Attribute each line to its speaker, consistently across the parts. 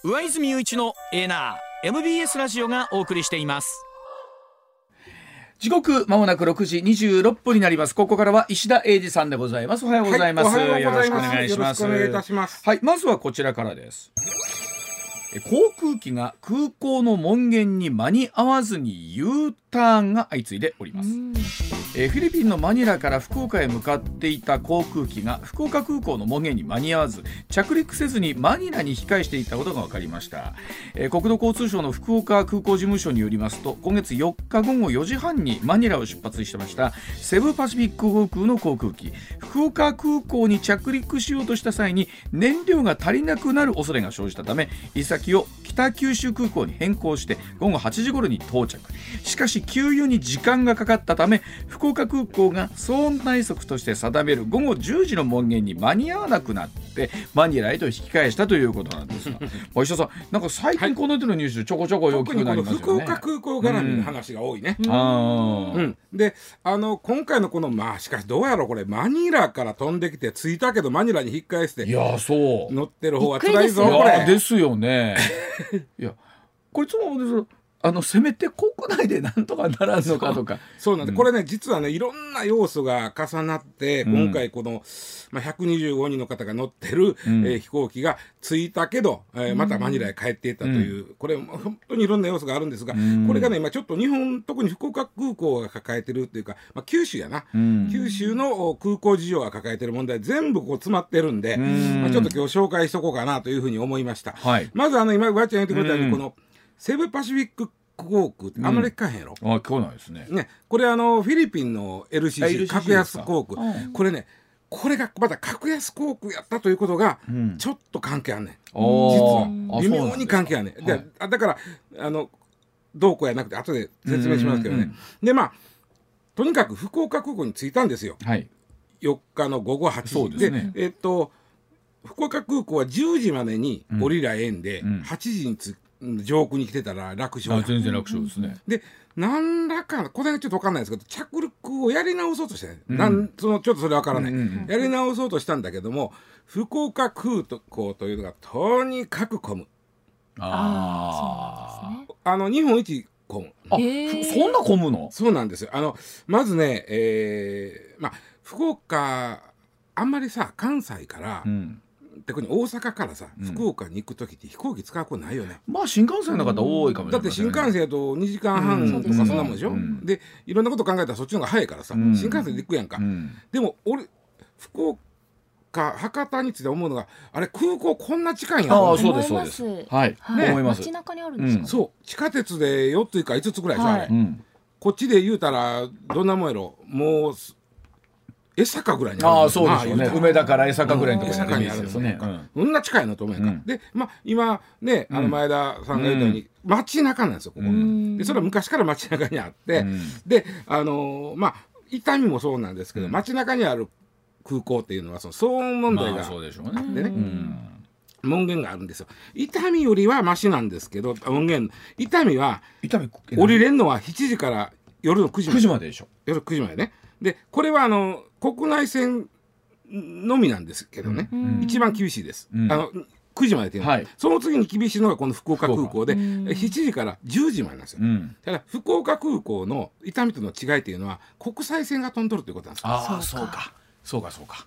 Speaker 1: 上泉雄一のエナー MBS ラジオがお送りしています。
Speaker 2: 時刻まもなく6時26分になります。ここからは石田英二さんでございます。おはようございます。
Speaker 3: はい、
Speaker 2: よろしくお願いします。
Speaker 3: よろしくお願いいたします。
Speaker 2: はい、まずはこちらからです。航空機が空港の門限に間に合わずに U ターンが相次いでおります。フィリピンのマニラから福岡へ向かっていた航空機が福岡空港の門限に間に合わず着陸せずにマニラに引き返していたことが分かりました。国土交通省の福岡空港事務所によりますと、今月4日午後4時半にマニラを出発してましたセブパシフィック航空の航空機、福岡空港に着陸しようとした際に燃料が足りなくなる恐れが生じたため、行き先を北九州空港に変更して午後8時頃に到着。しかし給油に時間がかかったため、福岡空港が騒音対策として定める午後10時の門限に間に合わなくなってマニラへと引き返したということなんですが石田さん、なんか最近この手のニュースちょこちょこ大きくなりますよね。
Speaker 3: 特にこの福岡空港絡みの話が多いね。で、今回のこのしかしどうやろう、これマニラから飛んできて着いたけどマニラに引き返して、
Speaker 2: いやそう
Speaker 3: 乗ってる方は辛いぞこれ。
Speaker 2: ですよねいやこれいつもですせめて国内でなんとかならんのかとか。
Speaker 3: そうなんで、これね実はねいろんな要素が重なって、今回この、125人の方が乗ってる、飛行機が着いたけど、またマニラへ帰っていったという、これ本当にいろんな要素があるんですが、これがね今ちょっと日本特に福岡空港が抱えてるっていうか、九州やな、九州の空港事情が抱えてる問題全部こう詰まってるんで、ちょっと今日紹介しとこうかなというふうに思いました。まず今ばあちゃん言ってくれたように、このセブパシフィック航空ってあんまり聞かへんやろ。
Speaker 2: 聞かないですね。
Speaker 3: これフィリピンの LCC 格安航空、これね、これがまた格安航空やったということがちょっと関係あんねん、実は微妙に関係あんねん。だからどうこうやなくて後で説明しますけどね。でとにかく福岡空港に着いたんですよ、4日の午後8時で、福岡空港は10時までに降りりゃええんで、8時に上空に来てたら楽勝。
Speaker 2: 全然楽勝ですね。
Speaker 3: で何らかこれはちょっと分かんないですけど、着陸をやり直そうとして、ちょっとそれ分からない、やり直そうとしたんだけども、福岡空港というのがとにかく混む。そうなんですね。日本一混む。
Speaker 2: そんな混むの？
Speaker 3: そうなんですよ。まずね、福岡あんまりさ関西から、特に大阪からさ、福岡に行く時って飛行機使うことないよね。
Speaker 2: 新幹線の方多いかもしれない。
Speaker 3: だって新幹線やと2時間半とかそんなもんでしょ。でいろんなこと考えたらそっちの方が早いからさ、新幹線で行くやんか。でも俺福岡博多について思うのが、あれ空港こんな近いんやと。
Speaker 2: そうですそうです。思います。
Speaker 4: 街中にあるんですかね。
Speaker 3: そう地下鉄で4つか5つぐらいでしょ、あれ。こっちで言うたらどんなもんやろ、もう江坂ぐらいにある。
Speaker 2: そうですよね。梅田から江坂ぐらいのところ
Speaker 3: にあるんですね。そんな近いのと思うやんか。で今ね前田さんが言ったように街中なんですよここ。でそれは昔から街中にあって、で伊丹もそうなんですけど、街中にある空港っていうのはその騒音問題があってね、門限があるんですよ。伊丹よりはマシなんですけど、門限伊丹は降りれんのは7時から夜の9時まででしょ。夜9時までね。でこれは国内線のみなんですけどね、一番厳しいです、9時までっていうのは、その次に厳しいのがこの福岡空港で7時から10時までなんですよ。ただ福岡空港の伊丹との違いっていうのは国際線が飛んどるということなんですよ。
Speaker 2: そうか。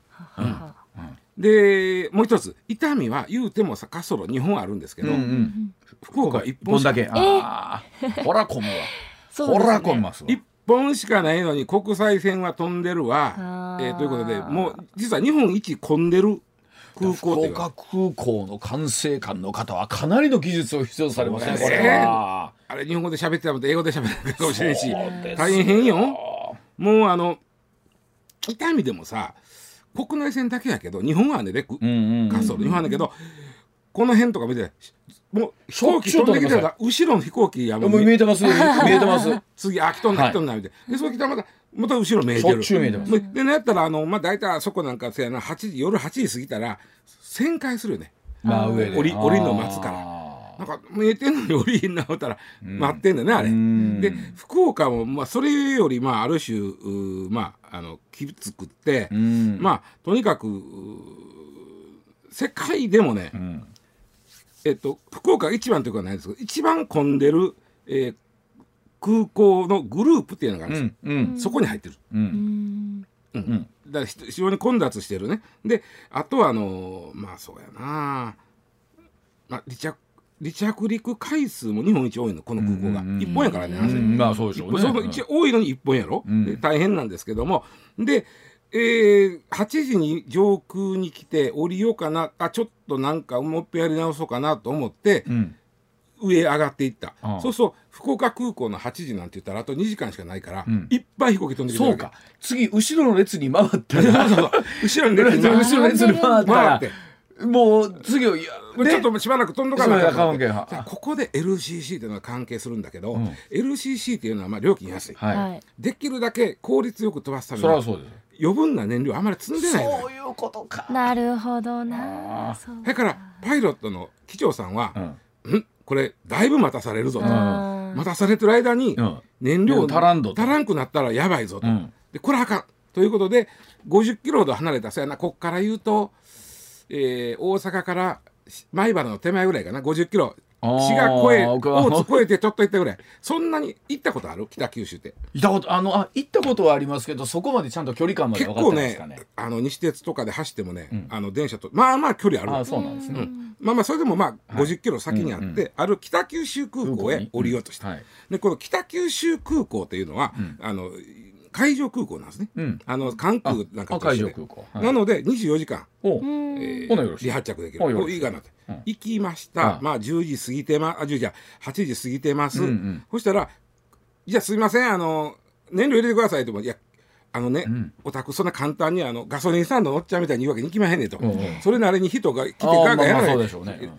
Speaker 3: でもう一つ伊丹は言うてもさ滑走路2本あるんですけど、福岡は1本だけ。
Speaker 2: ほら混むわ。ほら混みますわ。
Speaker 3: 1本しかないのに国際線は飛んでるわ、ということでもう実は日本一混んでる空港っていうか、
Speaker 2: 福岡空港の管制官の方はかなりの技術を必要とされますね。これは
Speaker 3: あれ日本語で喋ってたのと英語で喋ってたかもしれんし大変よ。もう伊丹でもさ国内線だけやけど日本はね滑走路日本はねけど、この辺とか見てもう飛行機飛んできたら後ろの飛行機や
Speaker 2: もう見えてます
Speaker 3: 次来とんなみたいで、そう来たらまた後ろ見えてる。
Speaker 2: しょっちゅう見えてます。
Speaker 3: でなんやったら大体そこなんか夜8時過ぎたら旋回するよね。
Speaker 2: 上で
Speaker 3: 降りるの待つからなんか見えてんのに降りんなったら待ってんだよね、あれ。で福岡もそれよりある種きつくってとにかく世界でもね、 福岡が一番ということはないんですけど、一番混んでる、空港のグループっていうのがあるんですよ、そこに入ってる、だから非常に混雑してるね。であとはまあそうやな、まあ、離着陸回数も日本一多いの、この空港が1本やからね、
Speaker 2: まあそうでしょうね。
Speaker 3: その一多いのに1本やろ、で大変なんですけども、で8時に上空に来て降りようかな、ちょっとなんかもう一遍やり直そうかなと思って、上上がっていった。そうそう、福岡空港の8時なんて言ったらあと2時間しかないから、いっぱい飛行機飛んできてるわけ。
Speaker 2: そうか、次後ろの列に回ったら
Speaker 3: 後ろの列に
Speaker 2: 回ったらもう次を
Speaker 3: ちょっとしばらく飛んどかなきゃ
Speaker 2: 関係
Speaker 3: ここで LCC っていうのは関係するんだけど、LCC っていうのはまあ料金安い、できるだけ効率よく飛ばすために余分な燃料あまり積んでないのよ。
Speaker 2: そういうことか。
Speaker 4: なるほどな。
Speaker 3: だからパイロットの機長さんは、これだいぶ待たされるぞと、待たされてる間に燃料足らんくなったらやばいぞと、でこれあかんということで50キロほど離れた、そうやな、こっから言うと、大阪から米原の手前ぐらいかな、50キロ、滋賀大津越えてちょっと行ったぐらい。そんなに行ったことある？北九州って。
Speaker 2: 行ったことはありますけど、そこまでちゃんと距離感まで分かってますかね。
Speaker 3: 結構ね、西鉄とかで走ってもね、電車とまあまあ距離ある。
Speaker 2: そうなんですね。
Speaker 3: まあまあそれでもまあ50キロ先にあって、ある北九州空港へ降りようとした。でこの北九州空港というのは、海上空港なんですね。関空なんかと一緒で、なので24時間離発着できる。いいかなって行きました。まあ10時過ぎて8時過ぎてます。そしたら、じゃあすいません、燃料入れてくださいとも、いやお宅そんな簡単にガソリンスタンド乗っちゃうみたいに言うわけにいきまへんねんと、それなりに人が来てガーガーやらない、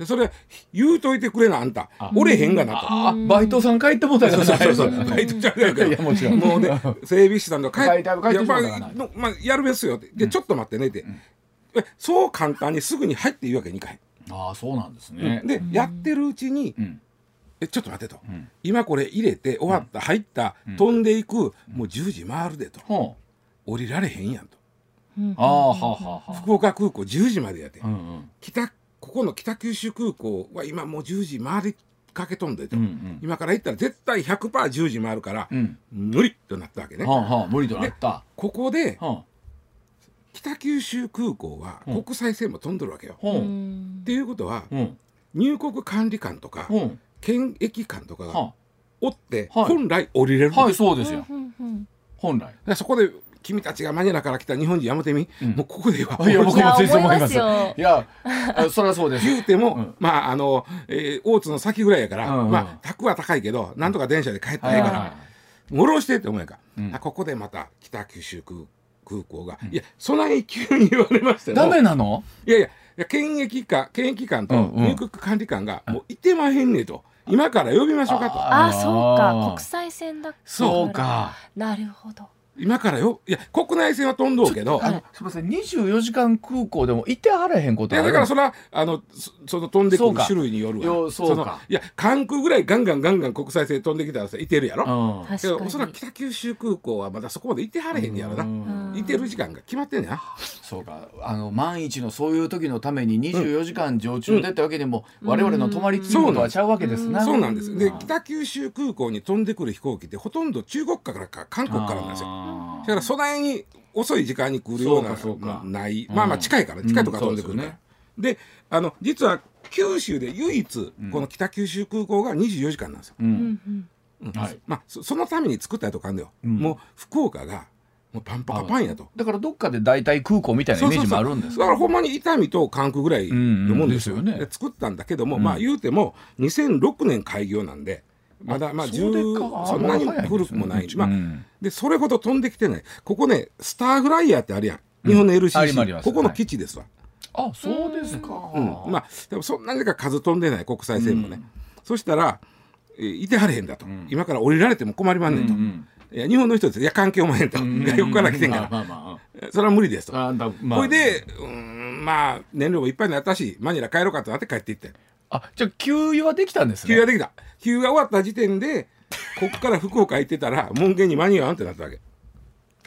Speaker 3: それ言うといてくれな、あんた折れへんがなと。
Speaker 2: バイトさん帰ってもたから
Speaker 3: バイトちゃうやんか。いやもちろんもうね、整備士さんと帰ってまあやるべすよって、でちょっと待ってねって、そう簡単にすぐに入って言うわけにいかへん。
Speaker 2: そうなんですね。
Speaker 3: でやってるうちに、ちょっと待てと、今これ入れて終わった、入った、飛んでいく、もう10時回るでと、降りられへんやんと。福岡空港10時までやで、ここの北九州空港は今もう10時回りかけとんでと、今から行ったら絶対 100%10 時回るから、無理となったわけね。
Speaker 2: 無理となった。
Speaker 3: ここで、北九州空港は国際線も飛んどるわけよ。っていうことは、入国管理官とか、検疫官とかがおって本来降りれる。
Speaker 2: そうですよ。本来
Speaker 3: そこで君たちがマニラから来た日本人やめてみ、もうここでは。
Speaker 2: いや僕もついそう思います。いやそりゃそうです。
Speaker 3: 言うてもまあ大津の先ぐらいやから、まあ宅は高いけどなんとか電車で帰ったらええから下ろしてって思うやんか。ここでまた北九州空港が、いやそない急に言われましたよ。
Speaker 2: ダメなの？
Speaker 3: いや検疫官と入国管理官がもういてまへんねと、今から呼びましょうかと。
Speaker 4: そうか、国際線だ。
Speaker 2: そうか、な
Speaker 4: るほど。
Speaker 3: 今からいや国内線は飛んどうけど、
Speaker 2: すみません、24時間空港でもいてはらへんことある。
Speaker 3: だからそれはその飛んでくる種類によるわ。いや関空ぐらいガンガン国際線飛んできたらさいてるやろ。けどおそらく北九州空港はまだそこまでいてはれへんやろな。いてる時間が決まってんねや。
Speaker 2: そうか、万一のそういう時のために24時間常駐でってわけでも、我々の泊まりきりことはちゃうわけですな。
Speaker 3: そうなんです。で北九州空港に飛んでくる飛行機ってほとんど中国からか韓国からなんですよ。だからそないに遅い時間に来るようなない、まあまあ近いから、近いとこから飛んでくるから。で実は九州で唯一この北九州空港が24時間なんですよ。まあそのために作ったやとかあるんだよ。もう福岡がもうパンパカパンやと。
Speaker 2: だからどっかで大体空港みたいなイメージもあるんです。
Speaker 3: だからほんまに伊丹と関空ぐらいのもんですよね。作ったんだけども、まあ言うても2006年開業なんでまだまあそんなに古くもない。でそれほど飛んできてない。ここねスターフライヤーってあるやん、日本の LCC、ここの基地ですわ。
Speaker 2: そうですか。
Speaker 3: まあでもそんなに数飛んでない国際線もね。そしたらいてはれへんだと、今から降りられても困りまんねんと。いや日本の人です。いや関係おまへんと、外国から来てんからそれは無理ですと。これでまあ燃料もいっぱいになったしマニラ帰ろうかとなって帰っていって。
Speaker 2: じゃあ給油はできたんですね。
Speaker 3: 給油はできた。給油が終わった時点でこっから福岡行ってたら門限に間に合わんってなったわけ。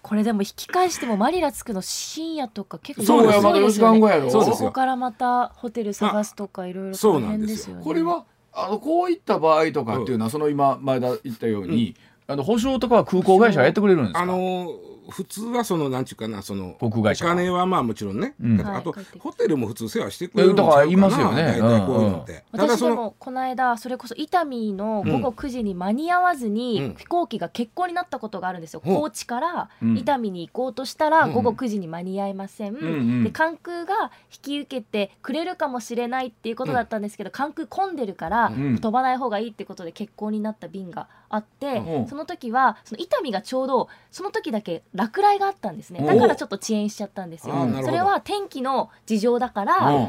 Speaker 4: これでも引き返してもマニラ着くの深夜とか結構
Speaker 2: そうやまだ4時間後やろ。
Speaker 3: そうですよ
Speaker 4: そこからまたホテル探すとかいろいろ大変ですよね。
Speaker 2: これはこういった場合とかっていうのは、その今前田言ったように、保証とかは空港会社がやってくれるんですか？
Speaker 3: 普通はそのなんちゅうかな、その
Speaker 2: 航空会社
Speaker 3: お金はまあもちろんね、あと
Speaker 4: はい
Speaker 3: ホテルも普通世話してくれるんちゃう
Speaker 2: だから
Speaker 3: かな、
Speaker 2: 言いますよね。
Speaker 3: 大体こういうのって。ただ
Speaker 4: 私でもこの間それこそ伊丹の午後9時に間に合わずに飛行機が欠航になったことがあるんですよ。高知から伊丹に行こうとしたら午後9時に間に合いません、で関空が引き受けてくれるかもしれないっていうことだったんですけど、関空混んでるから飛ばない方がいいってことで欠航になった便があって、その時はその伊丹がちょうどその時だけ落雷があったんですね。だからちょっと遅延しちゃったんですよ。それは天気の事情だから、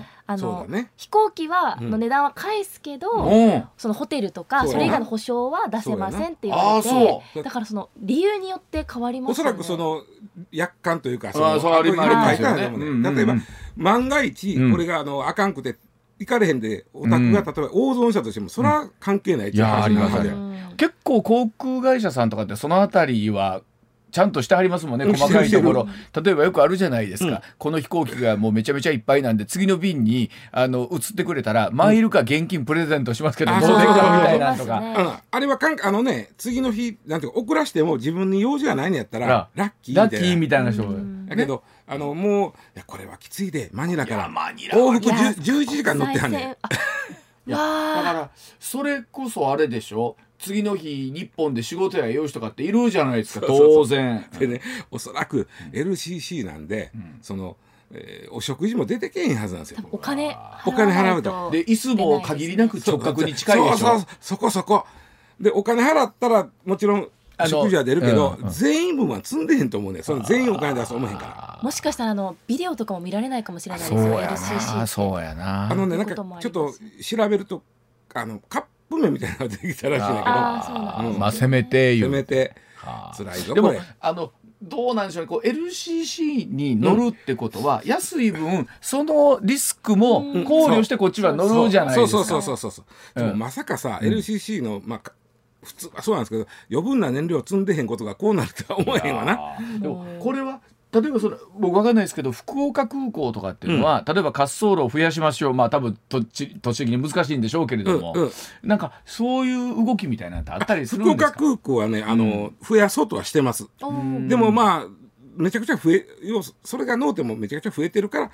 Speaker 4: 飛行機はの値段は返すけど、そのホテルとかそれ以外の保証は出せませんって言われて、だからその理由によって変わりますよね。
Speaker 3: おそらくその約款というか、
Speaker 2: そのありますよね。
Speaker 3: 例えば万が一これがあかんくて行かれへんで、お宅が例えば大損したとしてもそれは関係ないっていう話なので、
Speaker 2: 結構航空会社さんとかってそのあたりはちゃんとしてはりますもんね。細かいところ、例えばよくあるじゃないですか、この飛行機がもうめちゃめちゃいっぱいなんで次の便に移ってくれたらマイルか現金プレゼントしますけど、どうでっかみたいなとか、
Speaker 3: あれは次の日なんていうか送らしても自分に用事がないんやったらラッキーみたいな人だけど、もういやこれはきついで、マニラから往復11時間乗ってはんねん。
Speaker 2: だからそれこそあれでしょ、次の日日本で仕事や用事とかっているじゃないですか、当然。
Speaker 3: でね、おそらく LCC なんで、そのお食事も出てけへんはずなんですよ。
Speaker 4: お金
Speaker 3: 払うと。
Speaker 2: で椅子も限りなく直角に近いでしょ。
Speaker 3: そこでお金払ったらもちろん食事は出るけど、全員分は積んでへんと思うね。その全員お金出すと思えへんから。
Speaker 4: もしかしたらビデオとかも見られないかもしれないですよ。LCC
Speaker 2: そうやな。
Speaker 3: なんかちょっと調べるとカップ麺みたいなのができたらしいんだけど、
Speaker 2: せめて
Speaker 3: 辛いぞ。
Speaker 2: でもどうなんでしょうね、こう LCC に乗るってことは、安い分そのリスクも考慮してこっちは乗るじゃないですか。
Speaker 3: そうでもまさかさ、LCC の普通はそうなんですけど、余分な燃料積んでへんことがこうなるとは思えへんわな。
Speaker 2: でもこれは例えば僕分かんないですけど、福岡空港とかっていうのは、例えば滑走路を増やしましょう、多分土地的に難しいんでしょうけれども、なんかそういう動きみたいなのってあったりするんですか？
Speaker 3: 福岡空港はね、増やそうとはしてます。でもめちゃくちゃそれがノーテもめちゃくちゃ増えてるから、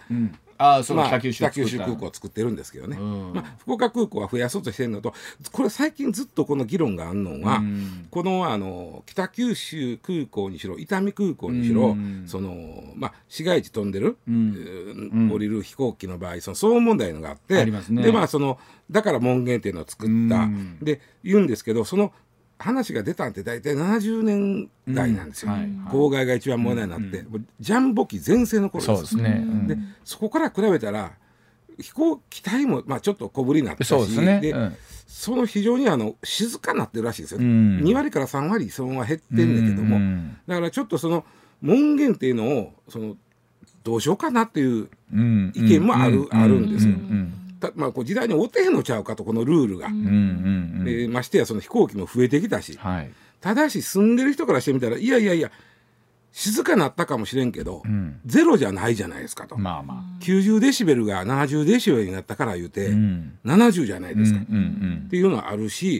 Speaker 3: 北九州空港を作ってるんですけどね、福岡空港は増やそうとしてるのと、これ最近ずっとこの議論があるのは、この北九州空港にしろ伊丹空港にしろ、市街地飛んでる、降りる飛行機の場合、その騒音問題のがあって、でだから門限っていうのを作ったで言うんですけど、その話が出たんって大体70年代なんですよ。公害が一番問題になって、ジャンボ機全盛の頃です。でそこから比べたら飛行機体もちょっと小ぶりになったし、その非常に静かになってるらしいですよ。2割から3割騒音は減ってんだけども、だからちょっとその門限っていうのをどうしようかなっていう意見もあるんですよ。時代に合うてへんのちゃうかと、このルールが。ましてやその飛行機も増えてきたし、ただし住んでる人からしてみたら、いや静かになったかもしれんけど、ゼロじゃないじゃないですかと。90デシベルが70デシベルになったから言うて、70じゃないですか、っていうのはあるし、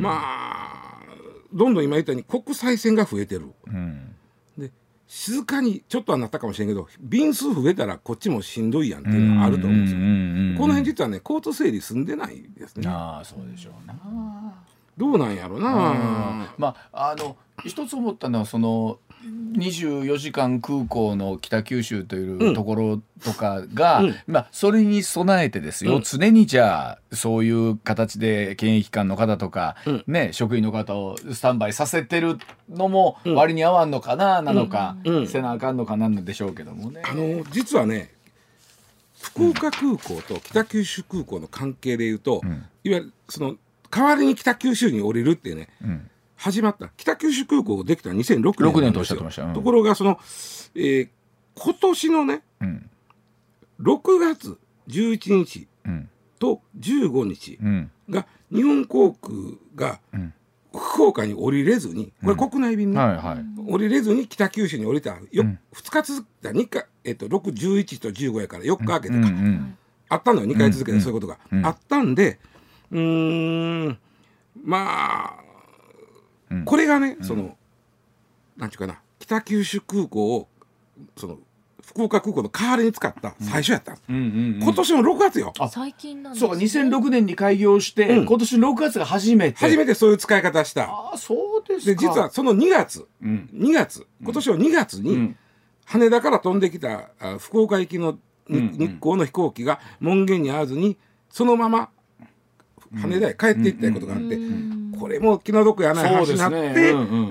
Speaker 3: どんどん今言ったように国際線が増えてる。で静かにちょっとはなったかもしれんけど、便数増えたらこっちもしんどいやんっていうのはあると思うんですよ。この辺実はね、交通整理済んでないですね。
Speaker 2: そうでしょうな。
Speaker 3: どうなんやろな。
Speaker 2: 一つ思ったのは、その24時間空港の北九州というところとかが、それに備えてですよ、常にじゃあそういう形で検疫官の方とか、職員の方をスタンバイさせてるのも割に合わんのかな、なのか、せなあかんのかなんでしょうけどもね。
Speaker 3: 実はね、福岡空港と北九州空港の関係でいうと、いわゆるその代わりに北九州に降りるっていうね、始まった北九州空港ができたのは2006年
Speaker 2: とおっしゃってました。
Speaker 3: ところが今年のね、6月11日と15日が日本航空が福岡に降りれずに、これ国内便ね、 降りれずに北九州に降りた2日続いた2日、6、11と15やから4日空けてか、あったのよ2回続けてそういうことが、あったんでまあ、これがねそのなんていうかな北九州空港をその福岡空港の代わりに使った最初やったんです、今年の6月よ。
Speaker 4: 最近なんです
Speaker 2: ね。そうか2006年に開業して、今年の6月が初めて
Speaker 3: そういう使い方した。
Speaker 2: そうですか。
Speaker 3: で実はその2月、今年の2月に、羽田から飛んできた福岡行きの日航の飛行機が門限に合わずにそのまま羽田へ帰っていったことがあって、これも気の毒やない話になって、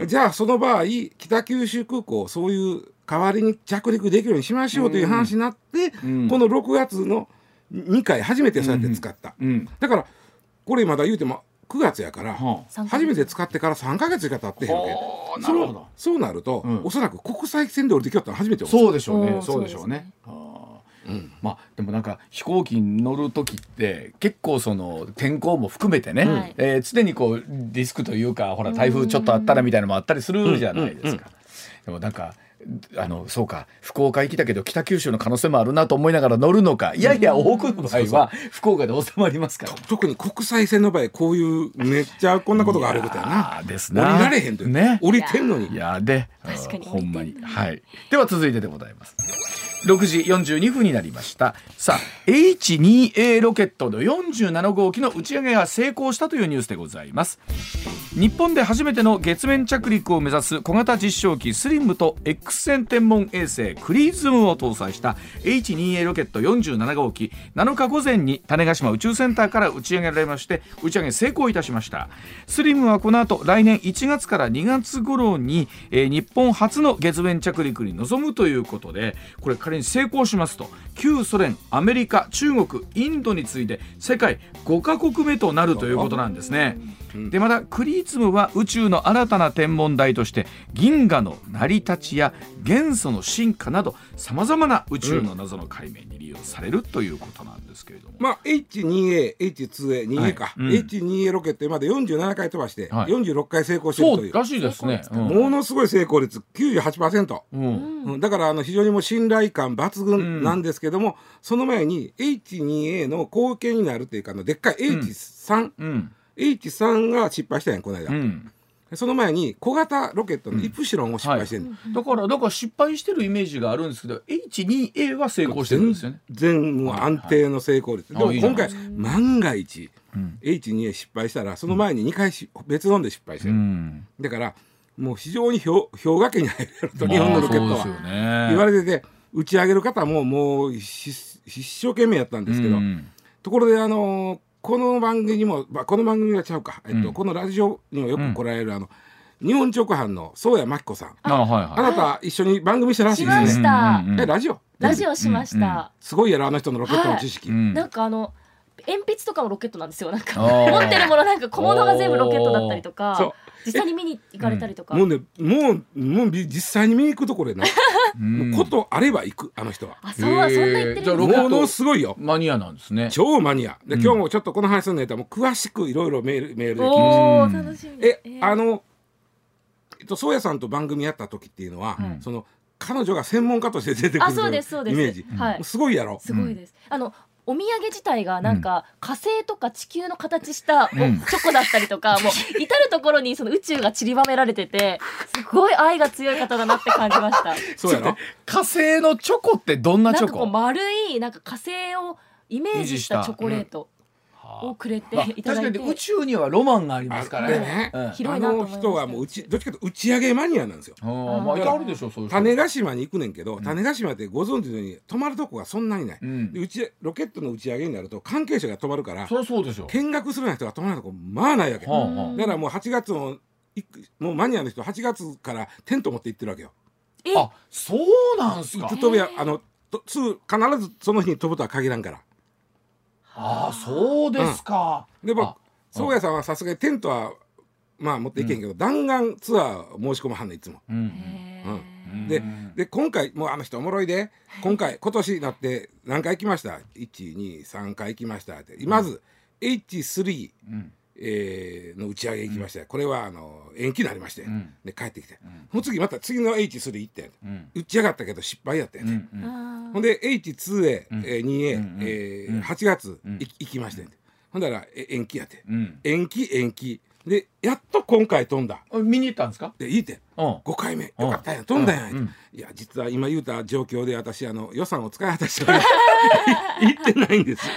Speaker 3: じゃあその場合北九州空港そういう代わりに着陸できるようにしましょうという話になって、この6月の2回初めてそうやって使った、だからこれまだ言うても9月やから、初めて使ってから3ヶ月しか経ってへんわけ。そうなると、おそらく国際線で降りてきよったの初めて。
Speaker 2: そうでしょうね。そうでしょうね。まあでもなんか飛行機に乗る時って結構その天候も含めてね、常にこうリスクというかほら台風ちょっとあったらみたいなのもあったりするじゃないですか。でもなんかそうか福岡行きだけど北九州の可能性もあるなと思いながら乗るのか、いやいや多くの場合は福岡で収まりますから。
Speaker 3: 特に国際線の場合こういうめっちゃこんなことがあることやな。
Speaker 2: です
Speaker 3: 降りられへんというね。降りてんのに。
Speaker 2: いやで
Speaker 4: 確かに
Speaker 2: ほんまに。はい。では続いてでございます。6時42分になりました。さあ H2A ロケットの47号機の打ち上げが成功したというニュースでございます。日本で初めての月面着陸を目指す小型実証機スリムと X 線天文衛星クリズムを搭載した H2A ロケット47号機7日午前に種子島宇宙センターから打ち上げられまして、打ち上げ成功いたしました。スリムはこの後来年1月から2月頃に、日本初の月面着陸に臨むということで、これ仮に成功しますと旧ソ連、アメリカ、中国、インドに次いで世界5カ国目となるということなんですね。でまたクリズムは宇宙の新たな天文台として銀河の成り立ちや元素の進化などさまざまな宇宙の謎の解明に利用されるということなんですけれども、
Speaker 3: H2A、H2A、2A か、H2A ロケットまで47回飛ばして、46回成功しているという。
Speaker 2: そうらしいですね。
Speaker 3: ものすごい成功率 98%、だから非常にもう信頼感抜群なんですけども、その前に H2A の後継になるというかでっかい H3、H3 が失敗したやんこの間、その前に小型ロケットのイプシロンを失敗してる、
Speaker 2: だから失敗してるイメージがあるんですけど H2A は成功してるんですよね。
Speaker 3: 全安定の成功率、でも今回万が一、H2A 失敗したらその前に2回別のんで失敗してる、だからもう非常に氷河期に入ると日本のロケットは言われてて、打ち上げる方ももう一生懸命やったんですけど、ところでこの番組にも、この番組はちゃうか、このラジオにもよく来られる、日本直販の宗谷真紀子さん、あなた一緒に番組したらしいですね。
Speaker 4: しました。
Speaker 3: ラジオ
Speaker 4: しました。
Speaker 3: すごいやろあの人のロケットの知識。
Speaker 4: なんか鉛筆とかもロケットなんですよ。なんか持ってるものなんか小物が全部ロケットだったりとか、実際に見に行かれたりとか。
Speaker 3: もう実際に見に行くところでな。ことあれば行くあの人は。
Speaker 4: そんな言ってる。
Speaker 3: ものすごいよ。
Speaker 2: マニアなんですね。
Speaker 3: 超マニア。で今日もちょっとこの話するのやったらもう詳しくいろいろメールで聞きま
Speaker 4: した。楽しみ。
Speaker 3: 宗谷さんと番組やった時っていうのは、その彼女が専門家として出てくるイメージ、すごいやろ。
Speaker 4: すごいです。お土産自体がなんか火星とか地球の形したチョコだったりとか、もう至る所にその宇宙が散りばめられてて、すごい愛が強い方だなって感じました。
Speaker 3: そうやろ。
Speaker 2: 火星のチョコってどんなチョコ？
Speaker 4: なんかこう丸いなんか火星をイメージしたチョコレートをくれていただいて、
Speaker 2: 確かに宇宙にはロマンがありますからね。
Speaker 4: 広いなと思いました。
Speaker 3: 人はもうどっちかというと打ち上げマニアなんですよ。
Speaker 2: あるでしょそういう人。
Speaker 3: 種子島に行くねんけど、種子島ってご存知のように泊まるとこがそんなにない。ロケットの打ち上げになると関係者が泊まるから、
Speaker 2: そうでしょ。
Speaker 3: 見学するような人が泊まるとこまあないわけ。だからもう8月もうマニアの人8月からテント持って行ってるわけよ。
Speaker 2: あ、そうなんすか。
Speaker 3: 必ずその日に飛ぶとは限らんから。
Speaker 2: そうですか。
Speaker 3: でも宗谷さんはさすがにテントは持っていけんけど、弾丸ツアー申し込まはんねんいつも。で今回もうあの人おもろいで、今年になって何回行きました ?1、2、3回行きましたって。まず H3、 の打ち上げ行きまして、これは延期になりまして、で帰ってきて、その次また次の H3 行って、打ち上がったけど失敗やって、ほんで H2A、2A、8月行きまして、ほんだら延期やって、延期でやっと今回飛んだ。
Speaker 2: 見に行ったんですか？
Speaker 3: でいいて、5回目よかったやん、飛んだやん。いや実は今言うた状況で私予算を使い果たして行ってないんですよ。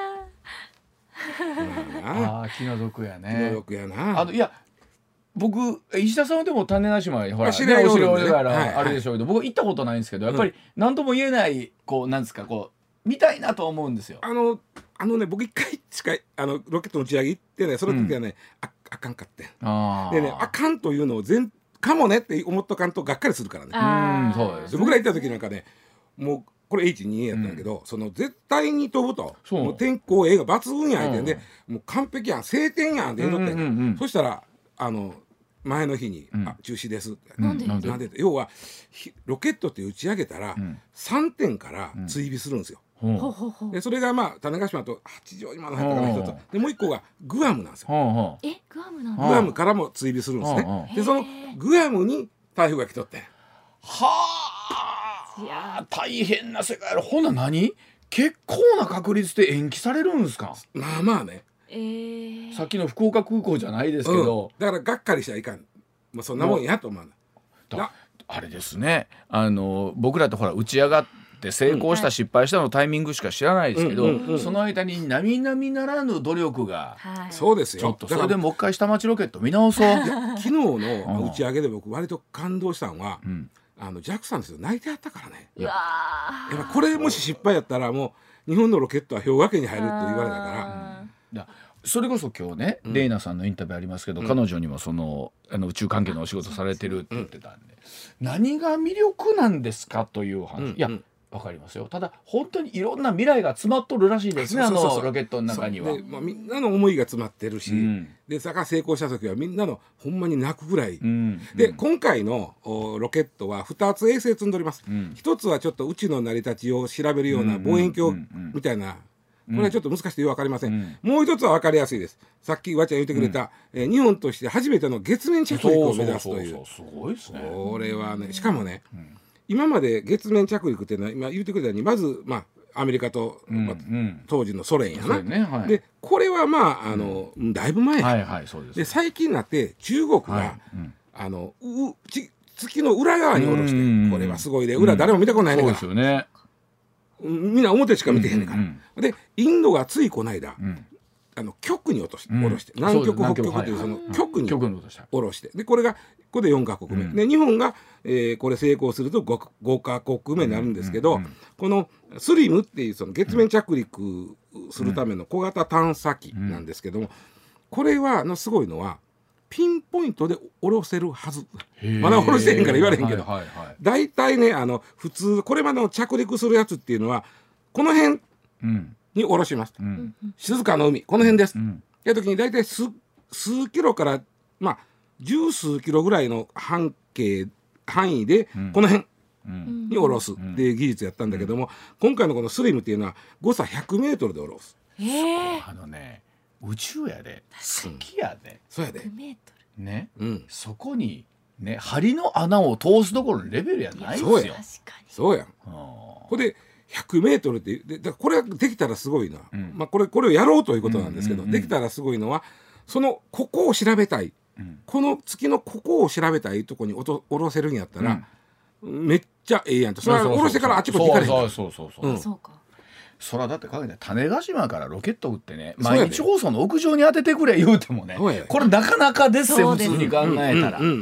Speaker 2: 気の毒やね。
Speaker 3: 気の毒やな。
Speaker 2: いや僕石田さんはでも種子島ほら
Speaker 3: 知り合いおるんでね、
Speaker 2: あれでしょうけど、僕行ったことないんですけど、やっぱり何とも言えないなんですか見たいなと思うんですよ。
Speaker 3: 僕1回しかロケットの打ち上げ行ってね、その時はね、あかんかってでね、あかんというのをかもねって思っとかんとがっかりするからね。
Speaker 2: そうです。
Speaker 3: 僕ら行った時なんかね、もうこれ H2A やったんだけど、絶対に飛ぶと、もう天候映画抜群やんってんで、もう完璧やん晴天やんって言うとって、そしたら前の日に中止ですって。なんで要はロケットって打ち上げたら3点から追尾するんですよ。でそれが種子島と八丈島の入ったかな一つで、もう一個がグアムなんですよ。
Speaker 4: グアムなんだ。
Speaker 3: グアムからも追尾するんですね。でそのグアムに台風が来とって、
Speaker 2: いや大変な世界やろ。ほんな何結構な確率で延期されるんですか？
Speaker 3: まあね、
Speaker 2: さっきの福岡空港じゃないですけど、
Speaker 3: だからがっかりしちゃいかん。もうそんなもんやと思う
Speaker 2: あれですね、僕らってほら打ち上がって成功した、失敗したのタイミングしか知らないですけど、その間に並々ならぬ努力が、
Speaker 3: そうですよ。
Speaker 2: ちょっとそれでもう一回下町ロケット見直そう。
Speaker 3: 昨日の打ち上げで僕割と感動したのは、ジャックさんですよ、泣いてあったからね。やっぱこれもし失敗やったらもう日本のロケットは氷河期に入るって言われたから。
Speaker 2: それこそ今日ね、レイナさんのインタビューありますけど、彼女にも宇宙関係のお仕事されてるって言ってたんで、何が魅力なんですかという話、いやわかりますよ。ただ本当にいろんな未来が詰まっとるらしいですね、ロケットの中には。
Speaker 3: みんなの思いが詰まってるし、でそれから成功した時はみんなのほんまに泣くぐらい、で今回のロケットは2つ衛星積んでおります。1つはちょっと宇宙の成り立ちを調べるような望遠鏡みたいな、これはちょっと難しくてよく分かりません。もう一つは分かりやすいです。さっきわちゃん言ってくれた、日本として初めての月面着陸を目指すという。
Speaker 2: すごいですね。
Speaker 3: これはね、しかもね、今まで月面着陸っていうのは今言ってくれたようにまずアメリカと、当時のソ連やな。でこれはだいぶ前で、最近になって中国が、月の裏側に下ろして、これはすごいで、裏誰も見たことないねんから。みんな表しか見てへんねんから。でインドがついこの間、極に下ろして、南極北極というその極に下ろして、でこれで4カ国目、で日本が、これ成功すると 5カ国目になるんですけど、このスリムっていうその月面着陸するための小型探査機なんですけども、これはすごいのはピンポイントで下ろせるはず。まだ下ろしてへんから言われへんけど、大体ね普通これまでの着陸するやつっていうのはこの辺に下ろします、静かな海この辺です、って時に大体数キロから十数キロぐらいの範囲でこの辺に下ろすっていう技術やったんだけども、今回のこのスリムっていうのは誤差100メートルで下ろす。
Speaker 2: 宇宙やで、月やで、
Speaker 3: そうやで
Speaker 2: ね、そこにね針の穴を通すどころのレベルやないですよ。
Speaker 3: そうやん。これで100メートルってだこれができたらすごいな、これをやろうということなんですけど、できたらすごいのはここを調べたい、この月のここを調べたいとこに下ろせるんやったら、めっちゃええやんと。それは下ろしてからあっちこっち行かれへんから。
Speaker 4: そうか。
Speaker 2: そらだって考えて種子島からロケット打ってね、毎日放送の屋上に当ててくれ言うてもね、これなかなかですよ、普通に考えたら。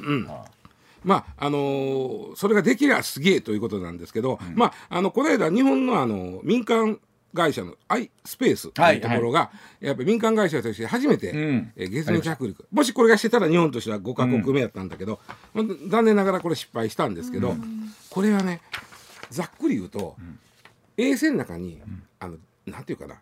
Speaker 3: それができりゃすげえということなんですけど、この間日本の民間会社のスペースというところが、やっぱり民間会社として初めて、月面着陸、もしこれがしてたら日本としては5カ国目やったんだけど、残念ながらこれ失敗したんですけど、これはねざっくり言うと、衛星の中になんていうかな、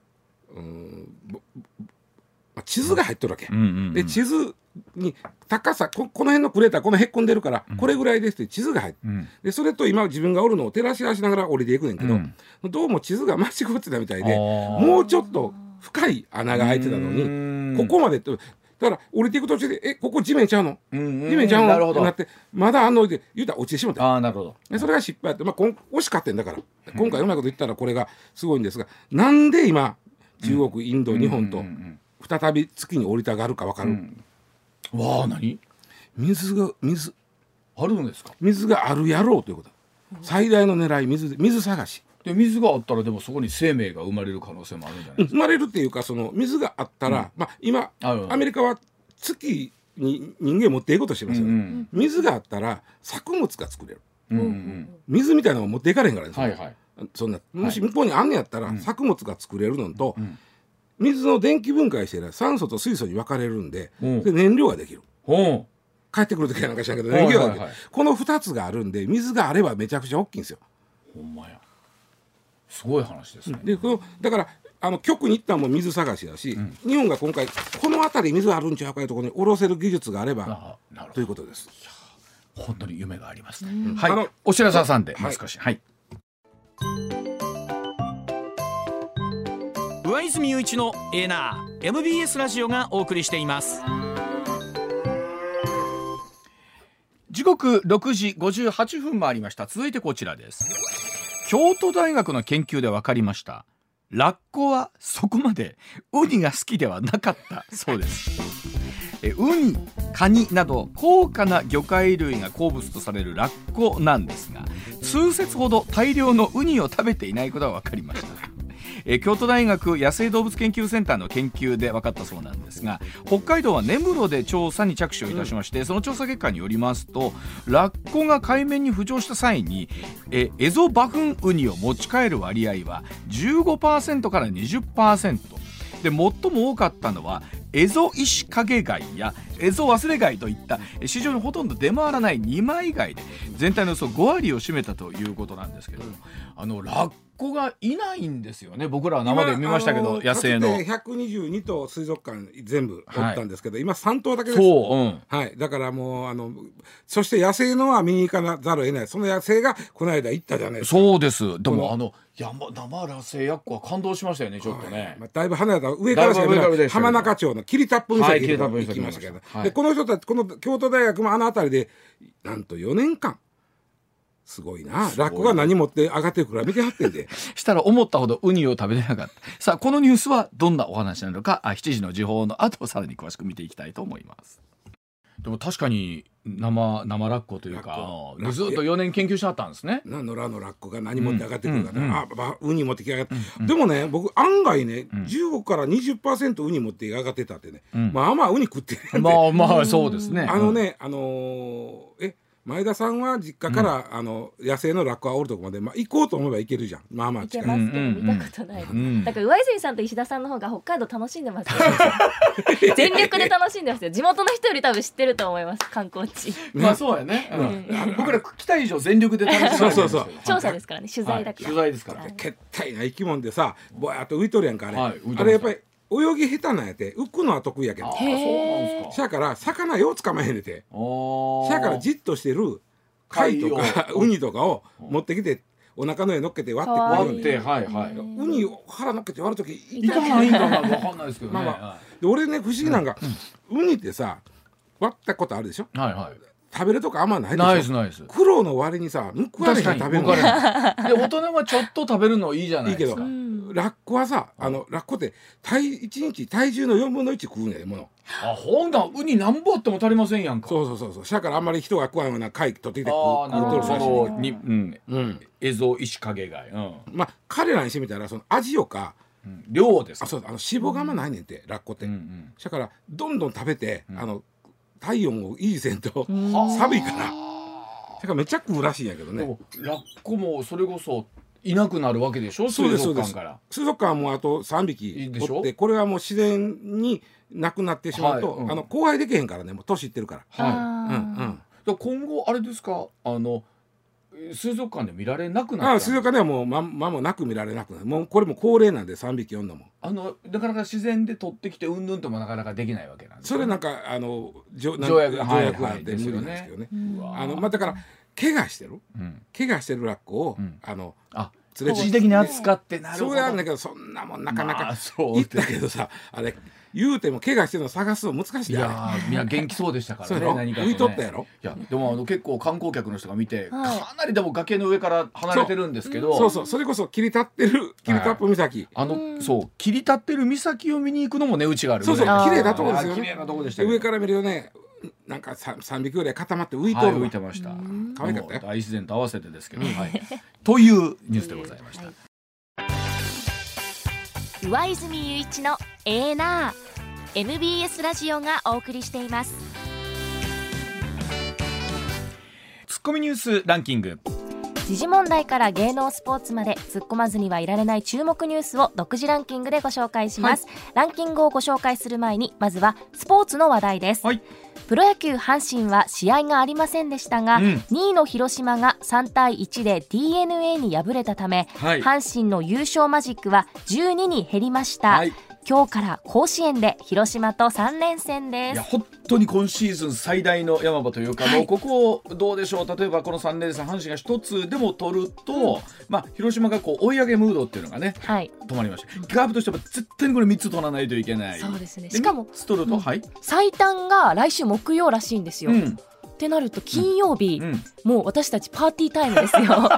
Speaker 3: 地図が入っとるわけ、で地図に高さこの辺のクレーターこのへっこんでるからこれぐらいですって地図が入って、でそれと今自分がおるのを照らし合わせながら降りていくねんけど、どうも地図が間違ってたみたいで、もうちょっと深い穴が開いてたのにここまでってだから降りていく途中でここ地面ちゃうの、地面ちゃうのってなってまだで言うたら落ちてしまった。
Speaker 2: なるほど。
Speaker 3: でそれが失敗やって、惜しかったんだから今回うまいこと言ったらこれがすごいんですが、なんで今中国インド日本と再び月に降りたがるか分かる？
Speaker 2: わあ、何？
Speaker 3: 水
Speaker 2: あるんですか？
Speaker 3: 水があるやろうということ。最大の狙い水探し
Speaker 2: で、水があったらでもそこに生命が生まれる可能性もあるんじゃないですか？
Speaker 3: 生まれるっていうか、その水があったら、今アメリカは月に人間持っていこうとしてますよね、水があったら作物が作れる、水みたいなのを持っていかれへんからね、そんなもし向こうにあんねやったら、作物が作れるのと、水の電気分解して酸素と水素に分かれるんで、で燃料ができる、帰ってくる時はなんか知らんけど燃料ができる、この2つがあるんで水があればめちゃくちゃ大きいんですよ。
Speaker 2: ほんまや、すごい話ですね。
Speaker 3: でだから局に行ったらもう水探しだし、日本が今回この辺り水あるんちゃうかいうところに下ろせる技術があればということです。
Speaker 2: 本当に夢がありますね。はい、お白沢さんでもう少し。はい。
Speaker 1: 上泉雄一のエーナー MBS ラジオがお送りしています。
Speaker 2: 時刻6時58分もありました。続いてこちらです。京都大学の研究で分かりました。ラッコはそこまでウニが好きではなかったそうです。ウニ、カニなど高価な魚介類が好物とされるラッコなんですが、数節ほど大量のウニを食べていないことが分かりました。京都大学野生動物研究センターの研究で分かったそうなんですが、北海道は根室で調査に着手をいたしまして、その調査結果によりますと、ラッコが海面に浮上した際にエゾバフンウニを持ち帰る割合は 15% から 20% で、最も多かったのはエゾイシカゲ貝やエゾワスレ貝といった市場にほとんど出回らない二枚貝で、全体のおよそ5割を占めたということなんですけども、ラッコがいないんですよね。僕らは生で見ましたけど、野生の
Speaker 3: 122頭水族館全部おったんですけど、今3頭だけです。だからもうそして野生のは見に行かざるを得ない。その野生がこの間行ったじゃないですか。
Speaker 2: そうです。でも生野生ヤッコは感動しましたよね、ちょっとね。
Speaker 3: だいぶ離れた上からしか見ない浜中町の霧多布岬に行きましたけど、でこの人たち、この京都大学も辺りでなんと4年間、すごいな、ラッコが何持って上がってくるか見てはってんで
Speaker 2: したら思ったほどウニを食べれなかった。さあ、このニュースはどんなお話なのか、7時の時報の後さらに詳しく見ていきたいと思います。でも確かに生ラッコというかずっと4年研究してはったんですね。
Speaker 3: 野良のラッコが何持って上がってくるか、ウニ持ってきやがって、でもね、僕案外ね、15から 20% ウニ持って上がってたってね、まあウニ食ってるんで、
Speaker 2: そうですね。
Speaker 3: 前田さんは実家から、野生のラッコがおるとこまで、行こうと思えば行けるじゃん。
Speaker 4: 行けますけど見たことない、だから上泉さんと石田さんの方が北海道楽しんでますよ全力で楽しんでますよ。地元の人より多分知ってると思います、観光地。
Speaker 2: そうやね、僕ら来た以上全力で楽しんでます。
Speaker 3: そう
Speaker 4: 調査ですからね、取材だから。
Speaker 2: 取材ですから。
Speaker 3: けったいな生き物でさ、ぼやっと浮いとるやんか、あれやっぱり泳ぎ下手なんやて、浮くのは得意やけど、しゃから魚よう捕まえへんねて、しゃからじっとしてる貝とかウニとかを持ってきてお腹の上乗っけて割って、ウニを腹乗っけて割るとき
Speaker 2: 痛ないんかな、分かんないですけどね。
Speaker 3: 俺ね、不思議なんか、ウニってさ割ったことあるでしょ。食べるとかあんまないでしょ。ないです。苦労の割にさ、報われへん食べるの。で、
Speaker 2: 大人はちょっと食べるのいいじゃないですか。
Speaker 3: いいけどラッコはさ、ラッコって1日体重の4分の1食うんやでもの。
Speaker 2: ほんだ、ウニ何本あっても足りませんやんか。
Speaker 3: そうしゃからあんまり人が食わんような貝取ってきて
Speaker 2: エゾイシカゲ貝。
Speaker 3: 彼らにしてみたら、その味よか
Speaker 2: 量ですか。
Speaker 3: 脂肪があんまないねんて、ラッコって。しゃからどんどん食べて体温を維持せんと寒いから、だからめっちゃ食うらしいんやけどね。
Speaker 2: ラッコもそれこそいなくなるわけでしょ、水族館から。
Speaker 3: 水族館はもうあと3匹おって、これはもう自然になくなってしまうと、交配できへんからね、もう年いってるから。
Speaker 2: 今後あれですか、水族館で見られなくなった。
Speaker 3: 水族館ではもう間もなく見られなくなる。もうこれも高齢なんで3匹4のも
Speaker 2: なかなか自然で取ってきてうんぬんともなかなかできないわけなんです。
Speaker 3: それなんか条約があって無理なんですけどね。だから怪我してるラッコを
Speaker 2: 一時的に扱って、なるほど。
Speaker 3: そうやんだけど、そんなもんなかなか言ったけどさ、あれ言うても怪我してるの探すの難しい。
Speaker 2: いやみんな元気そうでしたからね。何かとね
Speaker 3: 浮いとったやろ。
Speaker 2: いやでも結構観光客の人が見て、
Speaker 4: はい
Speaker 2: かなりでも崖の上から離れてるんですけど、
Speaker 3: それこそ切り立ってる切り立っ岬、
Speaker 2: そう切り立ってる岬を見に行くのも値打ちがある。
Speaker 3: そう綺麗なとこですよね。
Speaker 2: 綺麗なとこでしたけど、
Speaker 3: 上から見るとね、なんか3匹ぐらい固まって浮いとる、
Speaker 2: 浮いてました。
Speaker 3: 可愛かったよ。
Speaker 2: 大自然と合わせてですけど、というニュースでございました。
Speaker 4: 上泉雄一のエーナー MBS ラジオがお送りしています。
Speaker 1: ツッコミニュースランキング。
Speaker 4: 時事問題から芸能スポーツまで突っ込まずにはいられない注目ニュースを独自ランキングでご紹介します、ランキングをご紹介する前にまずはスポーツの話題です、プロ野球阪神は試合がありませんでしたが、2位の広島が3対1で DNA に敗れたため、阪神の優勝マジックは12に減りました、今日から甲子園で広島と3連戦です。
Speaker 2: いや本当に今シーズン最大の山場というか、もうここどうでしょう。例えばこの3連戦阪神が1つでも取ると、広島がこう追い上げムードっていうのがね、止まりました。カープとしては絶対にこれ3つ取らないといけない。
Speaker 4: そうですね。しかも
Speaker 2: 3つ取ると、
Speaker 4: 最短が来週木曜らしいんですよ、ってなると金曜日、もう私たちパーティータイムですよ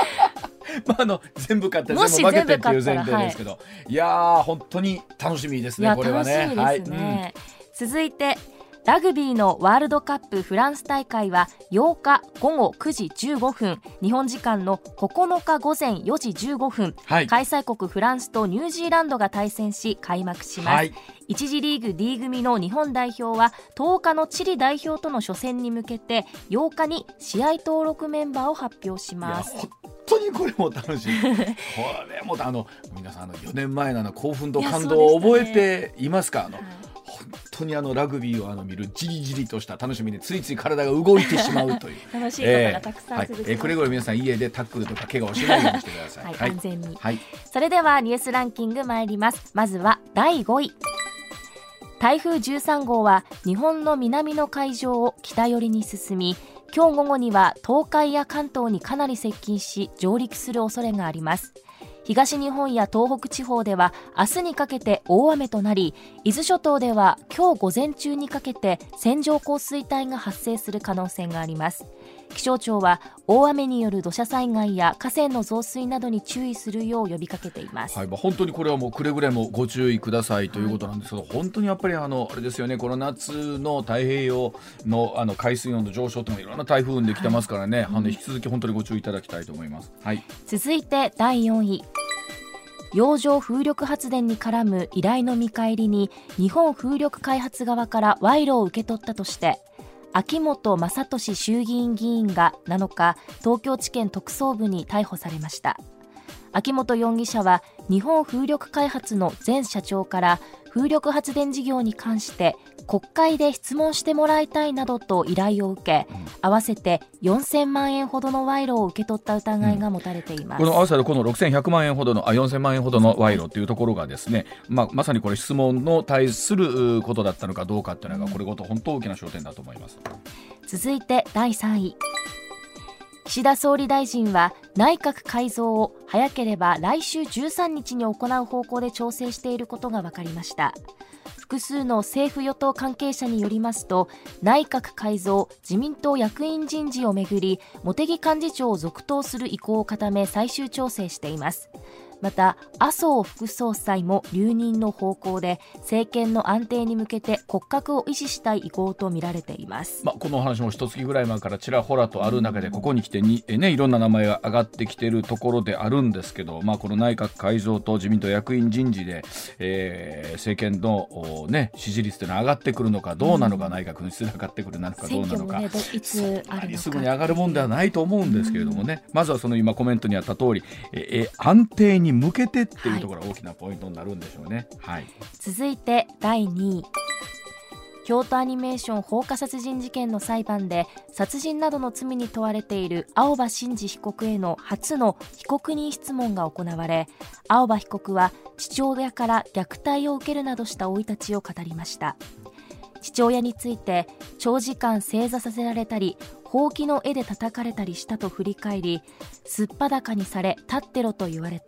Speaker 2: 全部勝ったら全部負けてっていう前提ですけど、いやー本当に楽しみですね。これはね
Speaker 4: 楽しみですね、続いてラグビーのワールドカップフランス大会は8日午後9時15分日本時間の9日午前4時15分、開催国フランスとニュージーランドが対戦し開幕します、1次リーグ D 組の日本代表は10日のチリ代表との初戦に向けて8日に試合登録メンバーを発表します。
Speaker 2: 本当にこれも楽しいこれも皆さん4年前の興奮と感動を覚えていますか。本当にラグビーを見るじりじりとした楽しみでついつい体が動いてしまうという
Speaker 4: 楽しいことがたくさん続きます、
Speaker 2: くれぐれも皆さん家でタックルとか怪我をしないようにしてください、
Speaker 4: 安全に、それではニュースランキング参ります。まずは第5位、台風13号は日本の南の海上を北寄りに進み、今日午後には東海や関東にかなり接近し上陸する恐れがあります。東日本や東北地方では明日にかけて大雨となり、伊豆諸島では今日午前中にかけて線状降水帯が発生する可能性があります。気象庁は大雨による土砂災害や河川の増水などに注意するよう呼びかけています、
Speaker 2: 本当にこれはもうくれぐれもご注意くださいということなんですけど、本当にやっぱりあれですよね、この夏の太平洋の海水温の上昇というのもいろんな台風生んできてますからね、引き続き本当にご注意いただきたいと思います、
Speaker 4: 続いて第4位、洋上風力発電に絡む依頼の見返りに日本風力開発側から賄賂を受け取ったとして秋本真利衆議院議員が7日東京地検特捜部に逮捕されました。秋本容疑者は日本風力開発の前社長から風力発電事業に関して国会で質問してもらいたいなどと依頼を受け、合わせて4000万円ほどの賄賂を受け取った疑いが持たれています、
Speaker 2: この合わせてこの6100万円ほどの4000万円ほどの賄賂というところがですね、まさにこれ質問の対することだったのかどうかっていうのがこれごと本当大きな焦点だと思います。
Speaker 4: 続いて第3位、岸田総理大臣は内閣改造を早ければ来週13日に行う方向で調整していることが分かりました。複数の政府与党関係者によりますと、内閣改造自民党役員人事をめぐり茂木幹事長を続投する意向を固め最終調整しています。また麻生副総裁も留任の方向で政権の安定に向けて骨格を維持したい意向とみられています、
Speaker 2: この話も一月ぐらい前からちらほらとある中で、ここに来ていろんな名前が上がってきているところであるんですけど、この内閣改造と自民党役員人事で、政権の、支持率というのは上がってくるのかどうなのか、内閣の質が上がってくるのかどうなのか、
Speaker 4: いつあるのか
Speaker 2: すぐに上がるもんではないと思うんですけれどもね、まずはその今コメントにあった通り、安定に向けてっていうところが大きなポイントになるんでしょうね、
Speaker 4: 続いて第2位、京都アニメーション放火殺人事件の裁判で殺人などの罪に問われている青葉真司被告への初の被告人質問が行われ、青葉被告は父親から虐待を受けるなどした生い立ちを語りました。父親について長時間正座させられたりほうきの絵で叩かれたりしたと振り返り、すっぱだかにされ立ってろと言われた、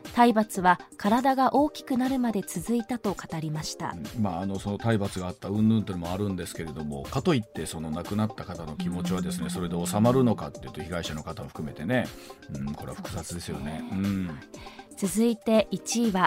Speaker 4: 体罰は体が大きくなるまで続いたと語りました。
Speaker 2: その体罰があった云々というのもあるんですけれども、かといってその亡くなった方の気持ちはですね、それで収まるのかっていうと、被害者の方も含めてね、これは複雑ですよね。
Speaker 4: 続いて1位は、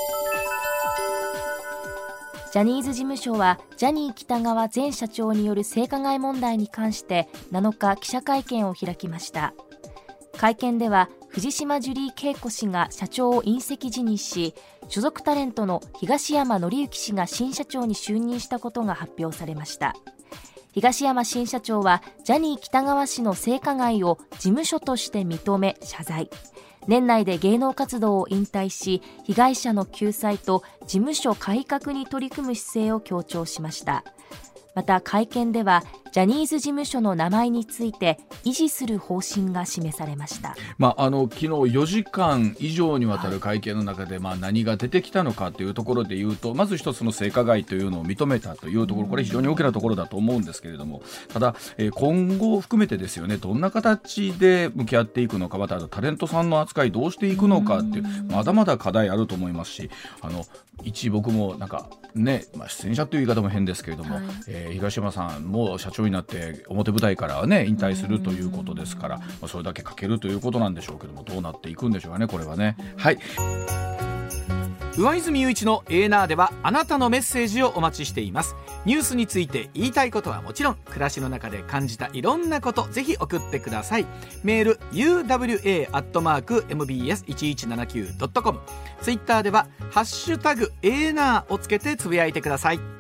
Speaker 4: ジャニーズ事務所はジャニー喜多川前社長による性加害問題に関して7日記者会見を開きました。会見では藤島ジュリー景子氏が社長を引責辞任し、所属タレントの東山紀之氏が新社長に就任したことが発表されました。東山新社長はジャニー喜多川氏の性加害を事務所として認め謝罪。年内で芸能活動を引退し、被害者の救済と事務所改革に取り組む姿勢を強調しました。また会見ではジャニーズ事務所の名前について維持する方針が示されました。
Speaker 2: 昨日4時間以上にわたる会見の中で、何が出てきたのかというところでいうと、まず一つの性加害というのを認めたというところ、これ非常に大きなところだと思うんですけれども、ただ、今後を含めてですよね、どんな形で向き合っていくのか、またタレントさんの扱いどうしていくのかっていう、まだまだ課題あると思いますし、一僕も出演者という言い方も変ですけれども、東山さんも社長になって表舞台からはね引退するということですから、それだけかけるということなんでしょうけども、どうなっていくんでしょうかね、これはね。はい。
Speaker 1: 上泉雄一のエーナーではあなたのメッセージをお待ちしています。ニュースについて言いたいことはもちろん、暮らしの中で感じたいろんなこと、ぜひ送ってください。メール uwa@mbs1179.com、 ツイッターではハッシュタグエーナーをつけてつぶやいてください。